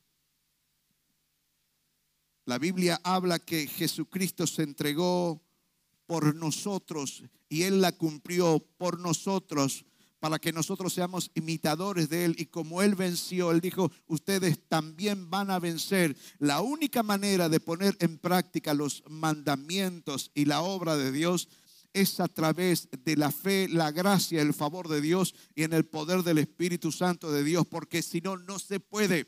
La Biblia habla que Jesucristo se entregó por nosotros y Él la cumplió por nosotros para que nosotros seamos imitadores de Él. Y como Él venció, Él dijo, ustedes también van a vencer. La única manera de poner en práctica los mandamientos y la obra de Dios es a través de la fe, la gracia, el favor de Dios y en el poder del Espíritu Santo de Dios, porque si no, no se puede.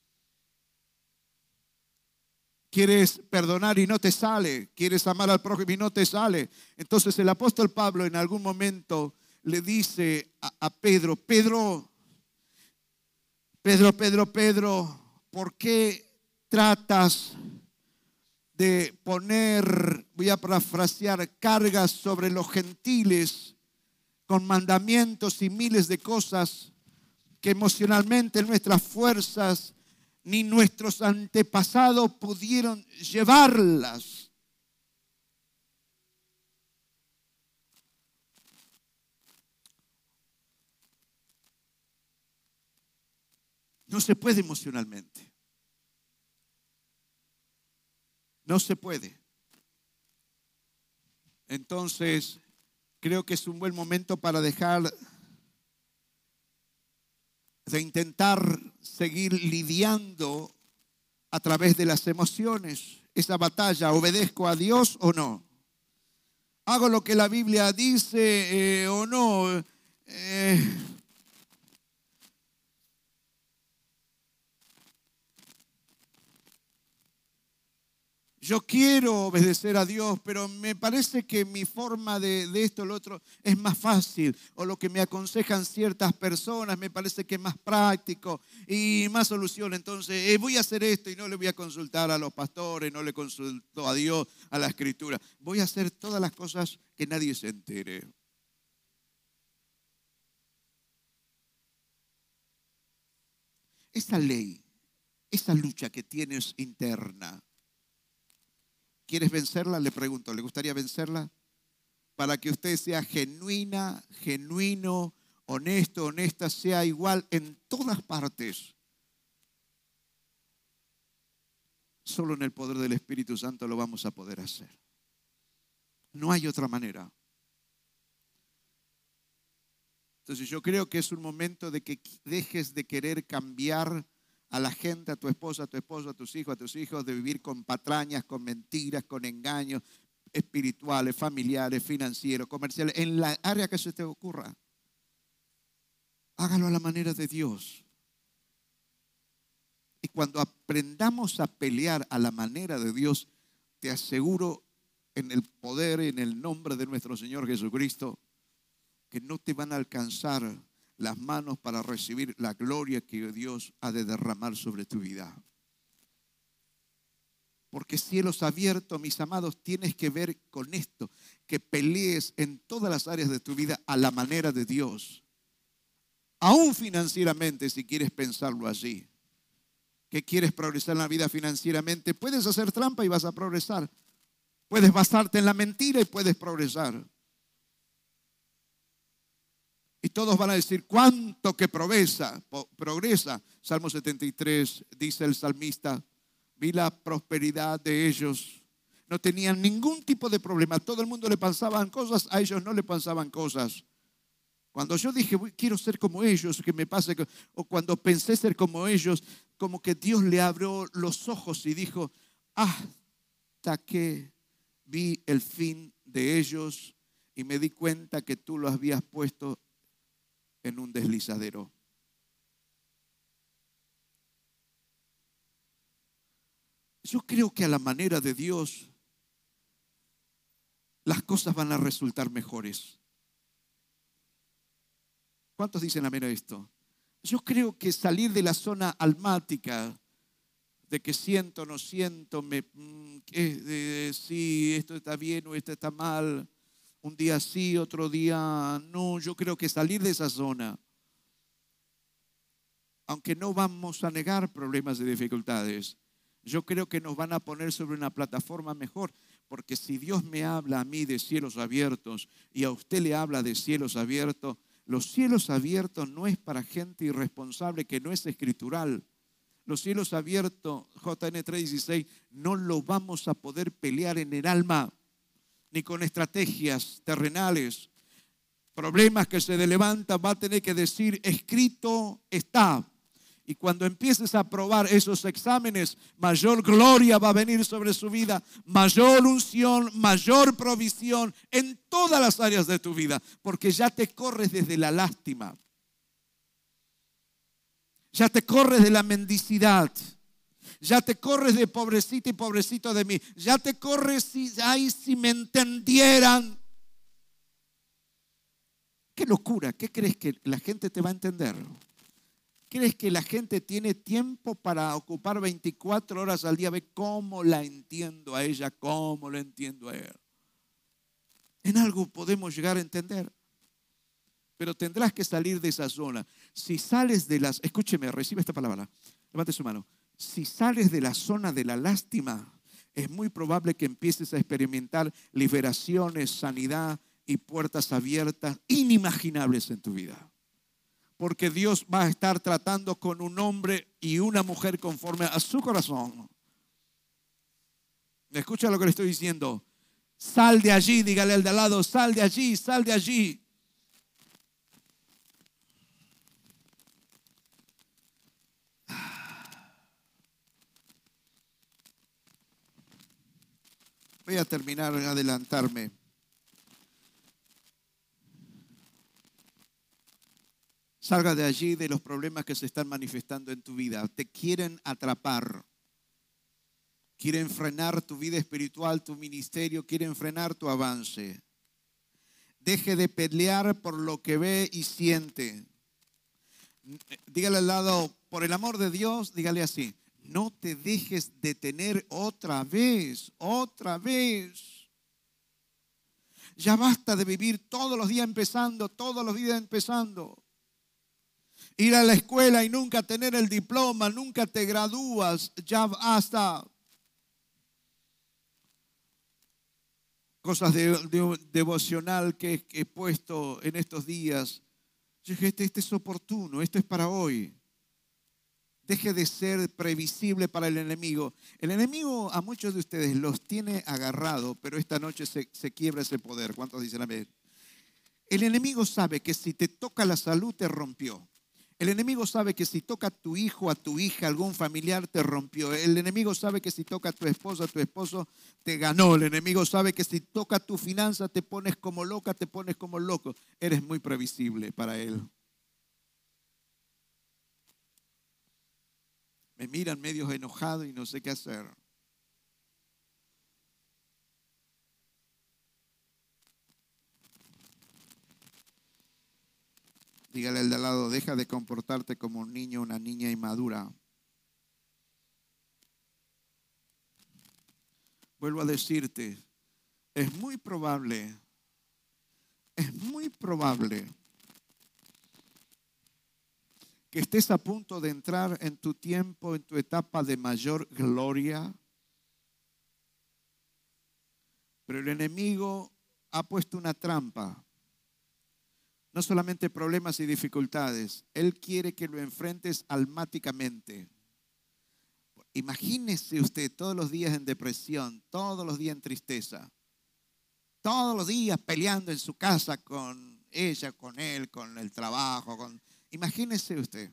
Quieres perdonar y no te sale, quieres amar al prójimo y no te sale. Entonces el apóstol Pablo en algún momento le dice a, a Pedro, Pedro, Pedro, Pedro, Pedro, ¿por qué tratas de poner, voy a parafrasear, cargas sobre los gentiles con mandamientos y miles de cosas que emocionalmente nuestras fuerzas ni nuestros antepasados pudieron llevarlas? No se puede emocionalmente. No se puede. Entonces, creo que es un buen momento para dejar de intentar seguir lidiando a través de las emociones. Esa batalla, ¿obedezco a Dios o no? ¿Hago lo que la Biblia dice eh, o no? Eh, Yo quiero obedecer a Dios, pero me parece que mi forma de, de esto o lo otro es más fácil. O lo que me aconsejan ciertas personas me parece que es más práctico y más solución. Entonces eh, voy a hacer esto y no le voy a consultar a los pastores, no le consulto a Dios, a la Escritura. Voy a hacer todas las cosas que nadie se entere. Esa ley, esa lucha que tienes interna, ¿Quieres vencerla? Le pregunto, ¿le gustaría vencerla? Para que usted sea genuina, genuino, honesto, honesta, sea igual en todas partes. Solo en el poder del Espíritu Santo lo vamos a poder hacer. No hay otra manera. Entonces yo creo que es un momento de que dejes de querer cambiar a la gente, a tu esposa, a tu esposo, a tus hijos, a tus hijos, de vivir con patrañas, con mentiras, con engaños espirituales, familiares, financieros, comerciales, en la área que se te ocurra. Hágalo a la manera de Dios. Y cuando aprendamos a pelear a la manera de Dios, te aseguro en el poder, en el nombre de nuestro Señor Jesucristo, que no te van a alcanzar las manos para recibir la gloria que Dios ha de derramar sobre tu vida. Porque cielos abiertos, mis amados, tienes que ver con esto, que pelees en todas las áreas de tu vida a la manera de Dios. Aún financieramente, si quieres pensarlo así. ¿Qué quieres progresar en la vida financieramente? Puedes hacer trampa y vas a progresar. Puedes basarte en la mentira y puedes progresar. Y todos van a decir, ¿cuánto que progresa? Progresa. Salmo setenta y tres, dice el salmista, vi la prosperidad de ellos. No tenían ningún tipo de problema. Todo el mundo le pasaban cosas, a ellos no le pasaban cosas. Cuando yo dije, quiero ser como ellos, que me pase, o cuando pensé ser como ellos, como que Dios le abrió los ojos y dijo, hasta que vi el fin de ellos y me di cuenta que tú lo habías puesto en un deslizadero. Yo creo que a la manera de Dios las cosas van a resultar mejores. ¿Cuántos dicen amén a esto? Yo creo que salir de la zona almática, de que siento, no siento, me, eh, sí, esto está bien o esto está mal, un día sí, otro día no. Yo creo que salir de esa zona, aunque no vamos a negar problemas y dificultades, yo creo que nos van a poner sobre una plataforma mejor. Porque si Dios me habla a mí de cielos abiertos y a usted le habla de cielos abiertos, los cielos abiertos no es para gente irresponsable que no es escritural. Los cielos abiertos, J N tres dieciséis, no lo vamos a poder pelear en el alma, ni con estrategias terrenales. Problemas que se levantan, va a tener que decir, escrito está. Y cuando empieces a aprobar esos exámenes, mayor gloria va a venir sobre su vida, mayor unción, mayor provisión en todas las áreas de tu vida, porque ya te corres desde la lástima. Ya te corres de la mendicidad. Ya te corres de pobrecito y pobrecito de mí. Ya te corres si, ay, si me entendieran. Qué locura. ¿Qué crees que la gente te va a entender? ¿Crees que la gente tiene tiempo para ocupar veinticuatro horas al día? Ve cómo la entiendo a ella, cómo la entiendo a él. En algo podemos llegar a entender. Pero tendrás que salir de esa zona. Si sales de las... Escúcheme, recibe esta palabra. Levante su mano. Si sales de la zona de la lástima, es muy probable que empieces a experimentar liberaciones, sanidad y puertas abiertas inimaginables en tu vida. Porque Dios va a estar tratando con un hombre y una mujer conforme a su corazón. ¿Me escucha lo que le estoy diciendo? Sal de allí, dígale al de al lado, sal de allí, sal de allí. Voy a terminar, voy a adelantarme. Salga de allí, de los problemas que se están manifestando en tu vida. Te quieren atrapar. Quieren frenar tu vida espiritual, tu ministerio. Quieren frenar tu avance. Deje de pelear por lo que ve y siente. Dígale al lado, por el amor de Dios, dígale así. No te dejes detener otra vez, otra vez. Ya basta de vivir todos los días empezando, todos los días empezando. Ir a la escuela y nunca tener el diploma, nunca te gradúas, ya basta. cosas de, de un devocional que, que he puesto en estos días. Yo dije, este, este es oportuno, esto es para hoy. Deje de ser previsible para el enemigo. El enemigo a muchos de ustedes los tiene agarrado, pero esta noche se, se quiebra ese poder. ¿Cuántos dicen amén? El enemigo sabe que si te toca la salud te rompió. El enemigo sabe que si toca a tu hijo, a tu hija, a algún familiar te rompió. El enemigo sabe que si toca a tu esposa, a tu esposo te ganó. El enemigo sabe que si toca tu finanza te pones como loca, te pones como loco. Eres muy previsible para él. Me miran medio enojado y no sé qué hacer. Dígale al de al lado, deja de comportarte como un niño, una niña inmadura. Vuelvo a decirte, es muy probable, es muy probable que estés a punto de entrar en tu tiempo, en tu etapa de mayor gloria, pero el enemigo ha puesto una trampa. No solamente problemas y dificultades, él quiere que lo enfrentes almáticamente. Imagínese usted todos los días en depresión, todos los días en tristeza, todos los días peleando en su casa con ella, con él, con el trabajo. Con... Imagínese usted.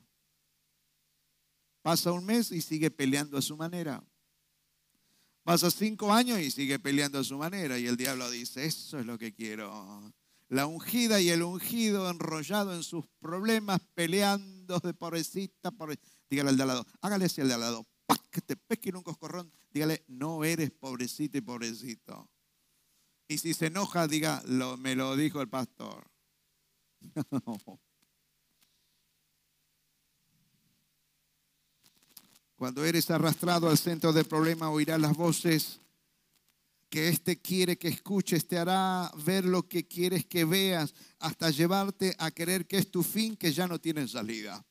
Pasa un mes y sigue peleando a su manera. Pasa cinco años y sigue peleando a su manera. Y el diablo dice, eso es lo que quiero. La ungida y el ungido enrollado en sus problemas, peleando de pobrecita. Pobre... Dígale al de al lado, hágale así al de al lado, ¡pac! Que te pesque en un coscorrón. Dígale, no eres pobrecita y pobrecito. Y si se enoja, diga, lo, me lo dijo el pastor. Cuando eres arrastrado al centro del problema, oirás las voces que éste quiere que escuches, te hará ver lo que quieres que veas, hasta llevarte a creer que es tu fin, que ya no tiene salida.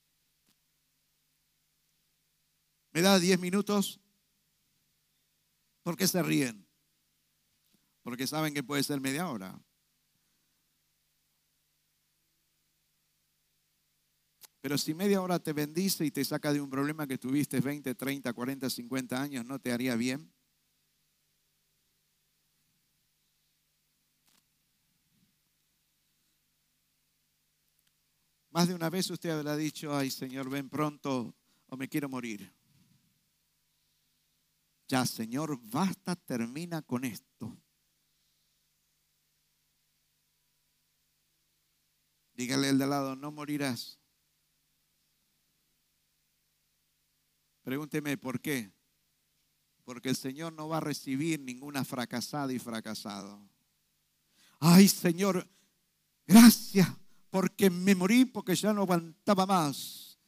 ¿Me da diez minutos? ¿Por qué se ríen? Porque saben que puede ser media hora. Pero si media hora te bendice y te saca de un problema que tuviste veinte, treinta, cuarenta, cincuenta años, ¿no te haría bien? Más de una vez usted habrá dicho, ay Señor, ven pronto o me quiero morir. Ya, Señor, basta, termina con esto. Dígale al de al lado, no morirás. Pregúnteme por qué. Porque el Señor no va a recibir ninguna fracasada y fracasado. Ay, Señor, gracias, porque me morí, porque ya no aguantaba más.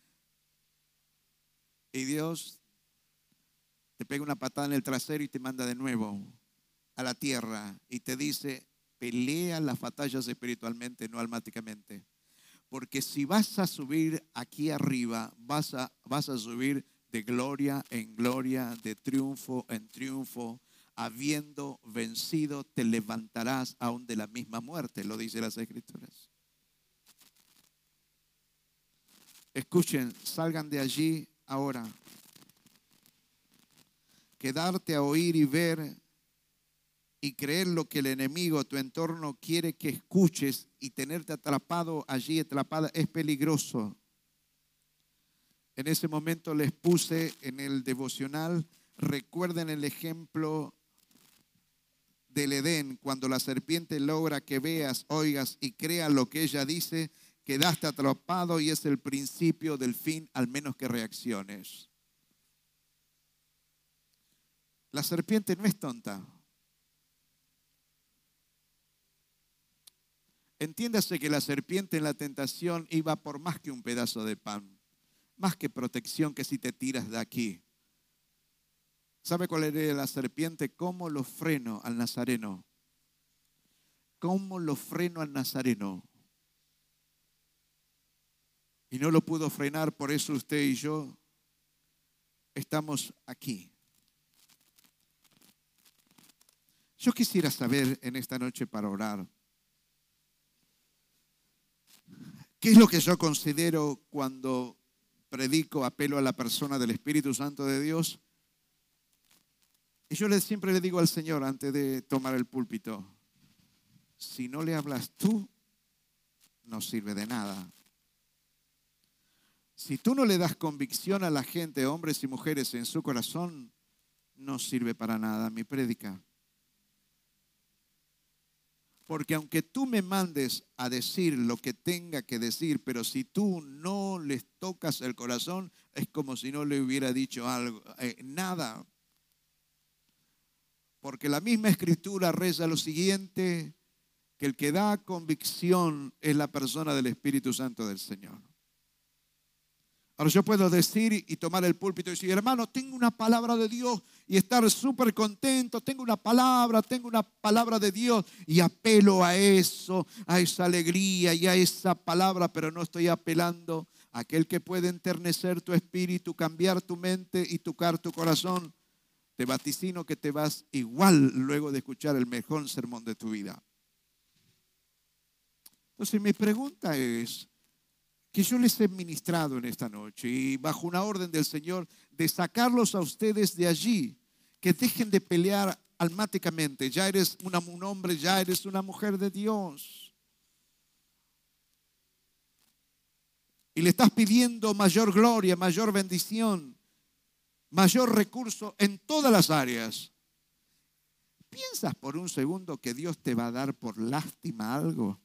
Y Dios te pega una patada en el trasero y te manda de nuevo a la tierra y te dice, pelea las batallas espiritualmente, no almáticamente. Porque si vas a subir aquí arriba, vas a, vas a subir de gloria en gloria, de triunfo en triunfo. Habiendo vencido, te levantarás aún de la misma muerte, lo dice las Escrituras. Escuchen, salgan de allí ahora. Quedarte a oír y ver y creer lo que el enemigo, tu entorno, quiere que escuches y tenerte atrapado allí, atrapada, es peligroso. En ese momento les puse en el devocional, recuerden el ejemplo del Edén, cuando la serpiente logra que veas, oigas y creas lo que ella dice, quedaste atrapado y es el principio del fin, al menos que reacciones. La serpiente no es tonta. Entiéndase que la serpiente en la tentación iba por más que un pedazo de pan, más que protección que si te tiras de aquí. ¿Sabe cuál era la serpiente? ¿Cómo lo freno al nazareno? ¿Cómo lo freno al nazareno? Y no lo pudo frenar, por eso usted y yo estamos aquí. Yo quisiera saber en esta noche para orar, ¿qué es lo que yo considero cuando predico, apelo a la persona del Espíritu Santo de Dios? Y yo le, siempre le digo al Señor antes de tomar el púlpito, si no le hablas tú, no sirve de nada. Si tú no le das convicción a la gente, hombres y mujeres, en su corazón, no sirve para nada mi prédica. Porque aunque tú me mandes a decir lo que tenga que decir, pero si tú no les tocas el corazón, es como si no le hubiera dicho algo, eh, nada. Porque la misma Escritura reza lo siguiente, que el que da convicción es la persona del Espíritu Santo del Señor. Ahora yo puedo decir y tomar el púlpito y decir, hermano, tengo una palabra de Dios y estar súper contento, tengo una palabra, tengo una palabra de Dios y apelo a eso, a esa alegría y a esa palabra, pero no estoy apelando a aquel que puede enternecer tu espíritu, cambiar tu mente y tocar tu corazón. Te vaticino que te vas igual luego de escuchar el mejor sermón de tu vida. Entonces mi pregunta es, que yo les he ministrado en esta noche y bajo una orden del Señor de sacarlos a ustedes de allí, que dejen de pelear almáticamente. Ya eres una, un hombre, ya eres una mujer de Dios. Y le estás pidiendo mayor gloria, mayor bendición, mayor recurso en todas las áreas. ¿Piensas por un segundo que Dios te va a dar por lástima algo?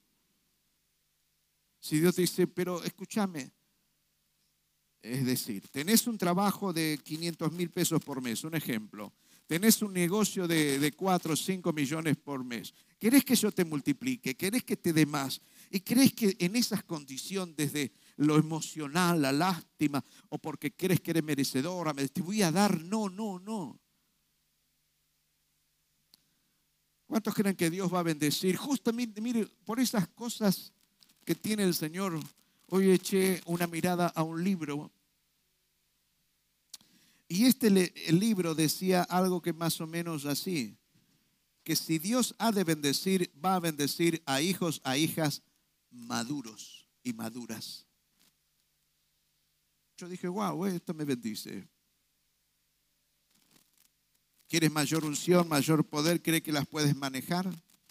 Si Dios te dice, pero escúchame, es decir, tenés un trabajo de quinientos mil pesos por mes, un ejemplo. Tenés un negocio de, de cuatro o cinco millones por mes. ¿Querés que yo te multiplique? ¿Querés que te dé más? ¿Y crees que en esas condiciones, desde lo emocional, la lástima, o porque crees que eres merecedora, te voy a dar? No, no, no. ¿Cuántos creen que Dios va a bendecir? Justamente, mire, por esas cosas que tiene el Señor. Hoy eché una mirada a un libro y este el libro decía algo que más o menos así, que si Dios ha de bendecir, va a bendecir a hijos, a hijas maduros y maduras. Yo dije, wow, esto me bendice. ¿Quieres mayor unción, mayor poder? ¿Crees que las puedes manejar?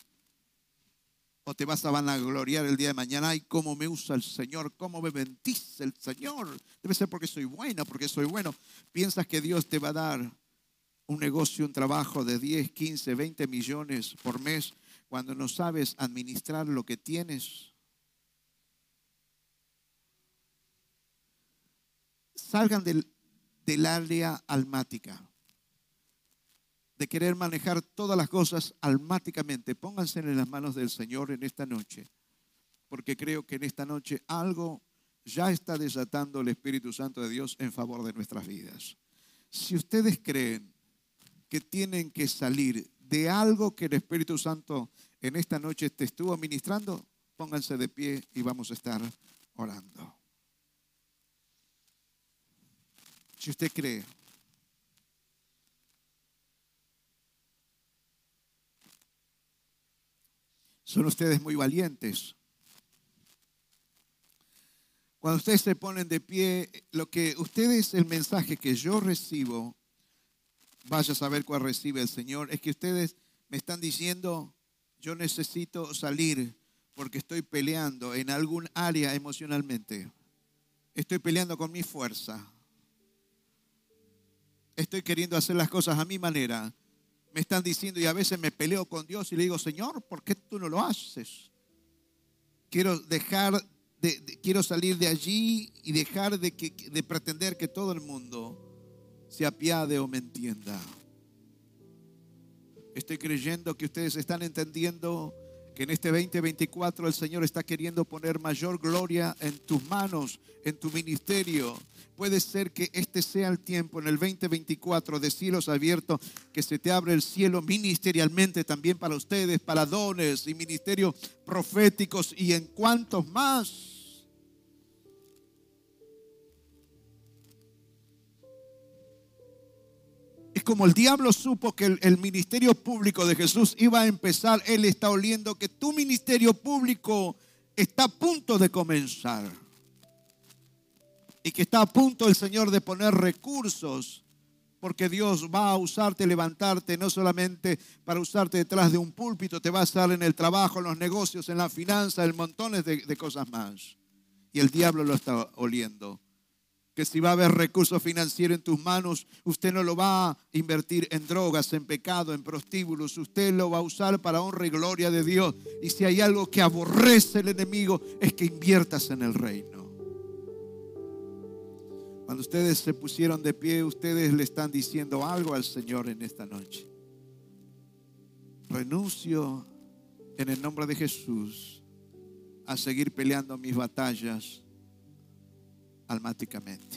¿O te vas a vanagloriar el día de mañana? Ay, cómo me usa el Señor, cómo me bendice el Señor. Debe ser porque soy buena, porque soy bueno. ¿Piensas que Dios te va a dar un negocio, un trabajo de diez, quince, veinte millones por mes cuando no sabes administrar lo que tienes? Salgan del, del área almática, de querer manejar todas las cosas almáticamente. Pónganse en las manos del Señor en esta noche, porque creo que en esta noche algo ya está desatando el Espíritu Santo de Dios en favor de nuestras vidas. Si ustedes creen que tienen que salir de algo que el Espíritu Santo en esta noche te estuvo ministrando, pónganse de pie y vamos a estar orando. Si usted cree son ustedes muy valientes. Cuando ustedes se ponen de pie, lo que ustedes, el mensaje que yo recibo, vaya a saber cuál recibe el Señor, es que ustedes me están diciendo, yo necesito salir porque estoy peleando en algún área emocionalmente. Estoy peleando con mi fuerza. Estoy queriendo hacer las cosas a mi manera. Me están diciendo y a veces me peleo con Dios y le digo, Señor, ¿por qué tú no lo haces? Quiero dejar, de, de, quiero salir de allí y dejar de, que, de pretender que todo el mundo se apiade o me entienda. Estoy creyendo que ustedes están entendiendo que en este veinte veinticuatro el Señor está queriendo poner mayor gloria en tus manos, en tu ministerio. Puede ser que este sea el tiempo en el veinte veinticuatro de cielos abiertos, que se te abre el cielo ministerialmente también para ustedes, para dones y ministerios proféticos y en cuantos más. Es como el diablo supo que el, el ministerio público de Jesús iba a empezar. Él está oliendo que tu ministerio público está a punto de comenzar. Y que está a punto el Señor de poner recursos. Porque Dios va a usarte, levantarte, no solamente para usarte detrás de un púlpito. Te va a usar en el trabajo, en los negocios, en la finanza, en montones de, de cosas más. Y el diablo lo está oliendo. Que si va a haber recursos financieros en tus manos, usted no lo va a invertir en drogas, en pecado, en prostíbulos. Usted lo va a usar para honra y gloria de Dios. Y si hay algo que aborrece el enemigo, es que inviertas en el reino. Cuando ustedes se pusieron de pie, ustedes le están diciendo algo al Señor en esta noche. Renuncio en el nombre de Jesús a seguir peleando mis batallas almáticamente,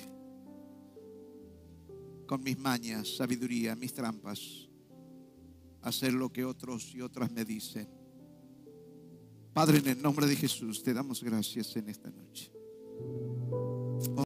con mis mañas, sabiduría, mis trampas, hacer lo que otros y otras me dicen. Padre, en el nombre de Jesús te damos gracias en esta noche.